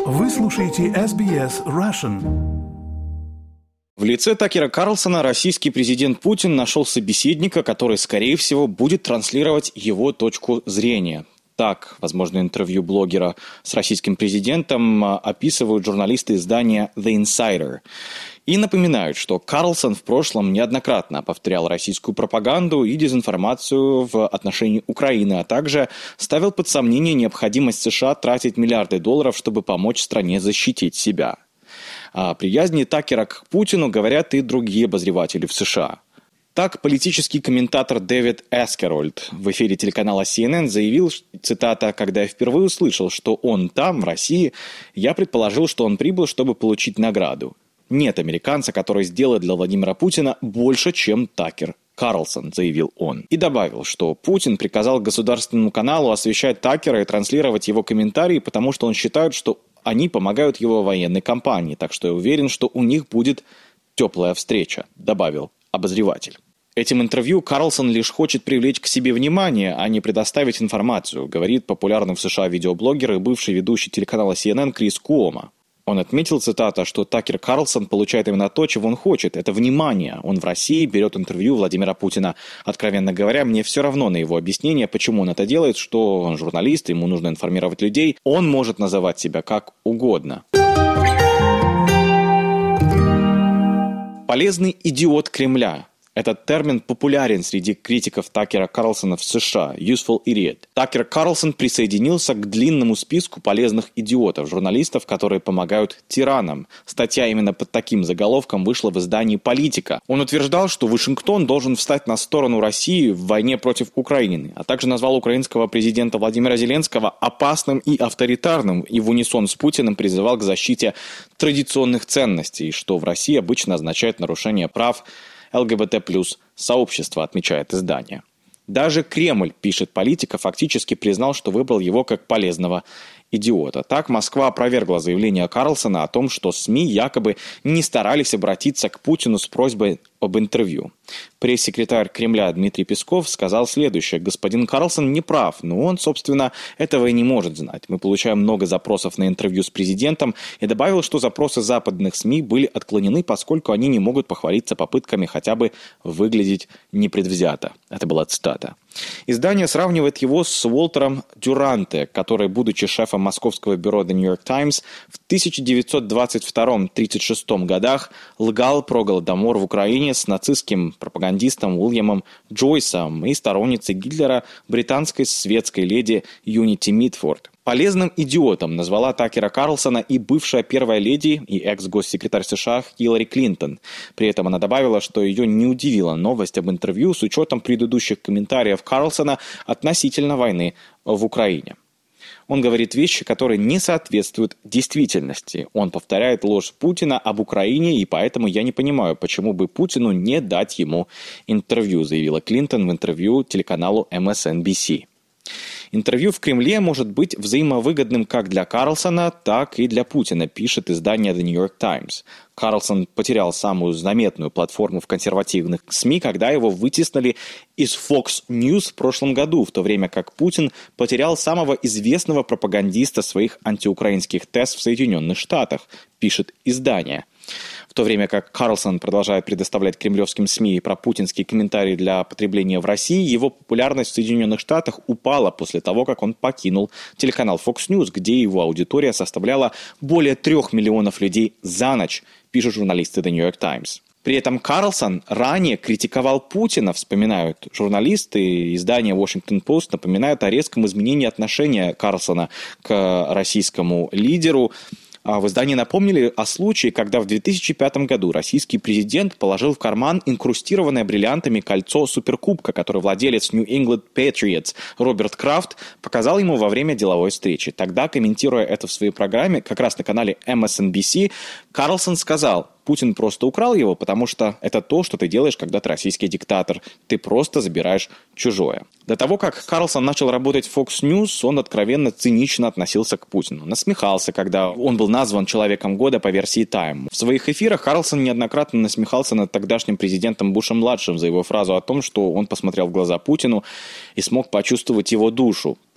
Вы слушаете SBS Russian. В лице Такера Карлсона российский президент Путин нашел собеседника, который, скорее всего, будет транслировать его точку зрения. Так, возможно, интервью блогера с российским президентом описывают журналисты издания The Insider. И напоминают, что Карлсон в прошлом неоднократно повторял российскую пропаганду и дезинформацию в отношении Украины, а также ставил под сомнение необходимость США тратить миллиарды долларов, чтобы помочь стране защитить себя. О приязни Такера к Путину говорят и другие обозреватели в США. Так, политический комментатор Дэвид Эскерольд в эфире телеканала CNN заявил, цитата, «Когда я впервые услышал, что он там, в России, я предположил, что он прибыл, чтобы получить награду. Нет американца, который сделает для Владимира Путина больше, чем Такер Карлсон», заявил он. И добавил, что Путин приказал государственному каналу освещать Такера и транслировать его комментарии, потому что он считает, что они помогают его военной кампании, так что я уверен, что у них будет теплая встреча, добавил обозреватель. Этим интервью Карлсон лишь хочет привлечь к себе внимание, а не предоставить информацию, говорит популярный в США видеоблогер и бывший ведущий телеканала CNN Крис Куомо. Он отметил, цитата, что Такер Карлсон получает именно то, чего он хочет. Это внимание. Он в России берет интервью Владимира Путина. Откровенно говоря, мне все равно на его объяснение, почему он это делает, что он журналист, ему нужно информировать людей. Он может называть себя как угодно. Полезный идиот Кремля. Этот термин популярен среди критиков Такера Карлсона в США. Useful idiot. Такер Карлсон присоединился к длинному списку полезных идиотов, журналистов, которые помогают тиранам. Статья именно под таким заголовком вышла в издании «Политика». Он утверждал, что Вашингтон должен встать на сторону России в войне против Украины, а также назвал украинского президента Владимира Зеленского опасным и авторитарным, и в унисон с Путиным призывал к защите традиционных ценностей, что в России обычно означает нарушение прав ЛГБТ+ сообщества, отмечает издание. Даже Кремль, пишет «Политика», фактически признал, что выбрал его как полезного идиота. Так, Москва опровергла заявление Карлсона о том, что СМИ якобы не старались обратиться к Путину с просьбой об интервью. Пресс-секретарь Кремля Дмитрий Песков сказал следующее. Господин Карлсон не прав, но он, собственно, этого и не может знать. Мы получаем много запросов на интервью с президентом, и добавил, что запросы западных СМИ были отклонены, поскольку они не могут похвалиться попытками хотя бы выглядеть непредвзято. Это была цитата. Издание сравнивает его с Уолтером Дюранте, который, будучи шефом московского бюро The New York Times, в 1922-1936 годах лгал про Голодомор в Украине с нацистским пропагандистом Уильямом Джойсом и сторонницей Гитлера британской светской леди Юнити Митфорд. Полезным идиотом назвала Такера Карлсона и бывшая первая леди и экс-госсекретарь США Хиллари Клинтон. При этом она добавила, что ее не удивила новость об интервью с учетом предыдущих комментариев Карлсона относительно войны в Украине. Он говорит вещи, которые не соответствуют действительности. Он повторяет ложь Путина об Украине, и поэтому я не понимаю, почему бы Путину не дать ему интервью, заявила Клинтон в интервью телеканалу MSNBC. Интервью в Кремле может быть взаимовыгодным как для Карлсона, так и для Путина, пишет издание The New York Times. Карлсон потерял самую заметную платформу в консервативных СМИ, когда его вытеснили из Fox News в прошлом году, в то время как Путин потерял самого известного пропагандиста своих антиукраинских тез в Соединенных Штатах, пишет издание. В то время как Карлсон продолжает предоставлять кремлевским СМИ пропутинские комментарии для потребления в России, его популярность в Соединенных Штатах упала после того, как он покинул телеканал Fox News, где его аудитория составляла более 3 миллионов людей за ночь, пишут журналисты The New York Times. При этом Карлсон ранее критиковал Путина, вспоминают журналисты. Издание Washington Post напоминает о резком изменении отношения Карлсона к российскому лидеру. В издании напомнили о случае, когда в 2005 году российский президент положил в карман инкрустированное бриллиантами кольцо Суперкубка, которое владелец New England Patriots Роберт Крафт показал ему во время деловой встречи. Тогда, комментируя это в своей программе, как раз на канале MSNBC, Карлсон сказал: Путин просто украл его, потому что это то, что ты делаешь, когда ты российский диктатор. Ты просто забираешь чужое. До того, как Карлсон начал работать в Fox News, он откровенно цинично относился к Путину. Насмехался, когда он был назван Человеком года по версии Time. В своих эфирах Карлсон неоднократно насмехался над тогдашним президентом Бушем-младшим за его фразу о том, что он посмотрел в глаза Путину и смог почувствовать его душу.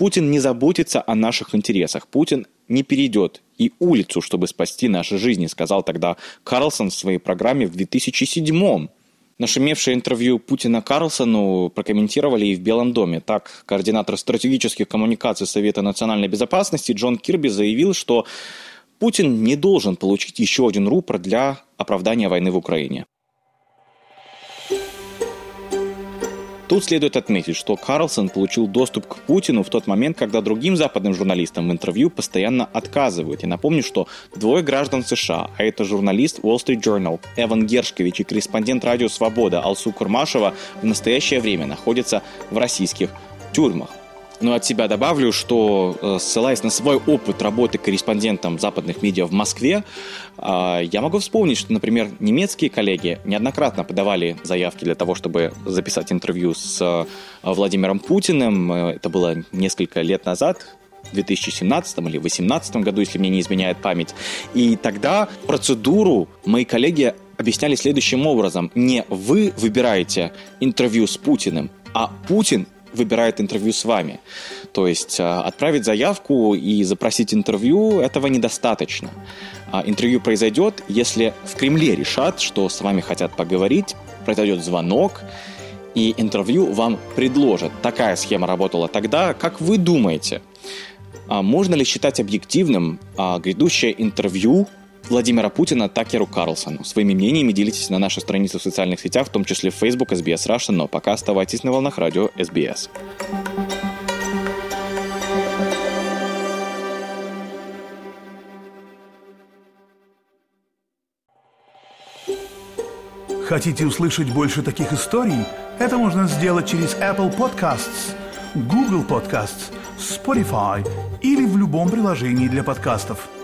Путин не заботится о наших интересах. Путин не перейдет и улицу, чтобы спасти наши жизни, сказал тогда Карлсон в своей программе в 2007-м. Нашумевшее интервью Путина Карлсону прокомментировали и в Белом доме. Так, координатор стратегических коммуникаций Совета национальной безопасности Джон Кирби заявил, что Путин не должен получить еще один рупор для оправдания войны в Украине. Тут следует отметить, что Карлсон получил доступ к Путину в тот момент, когда другим западным журналистам в интервью постоянно отказывают. И напомню, что двое граждан США, а это журналист Wall Street Journal Эван Гершкович и корреспондент радио «Свобода» Алсу Курмашева в настоящее время находятся в российских тюрьмах. Но от себя добавлю, что, ссылаясь на свой опыт работы корреспондентом западных медиа в Москве, я могу вспомнить, что, например, немецкие коллеги неоднократно подавали заявки для того, чтобы записать интервью с Владимиром Путиным. Это было несколько лет назад, в 2017 или 2018 году, если мне не изменяет память. И тогда процедуру мои коллеги объясняли следующим образом. Не вы выбираете интервью с Путиным, а Путин выбирает интервью с вами. То есть отправить заявку и запросить интервью – этого недостаточно. Интервью произойдет, если в Кремле решат, что с вами хотят поговорить, произойдет звонок, и интервью вам предложат. Такая схема работала тогда. Как вы думаете, можно ли считать объективным грядущее интервью Владимира Путина Такеру Карлсону? Своими мнениями делитесь на нашей странице в социальных сетях, в том числе в Facebook SBS Russia, но пока оставайтесь на волнах радио SBS. Хотите услышать больше таких историй? Это можно сделать через Apple Podcasts, Google Podcasts, Spotify или в любом приложении для подкастов.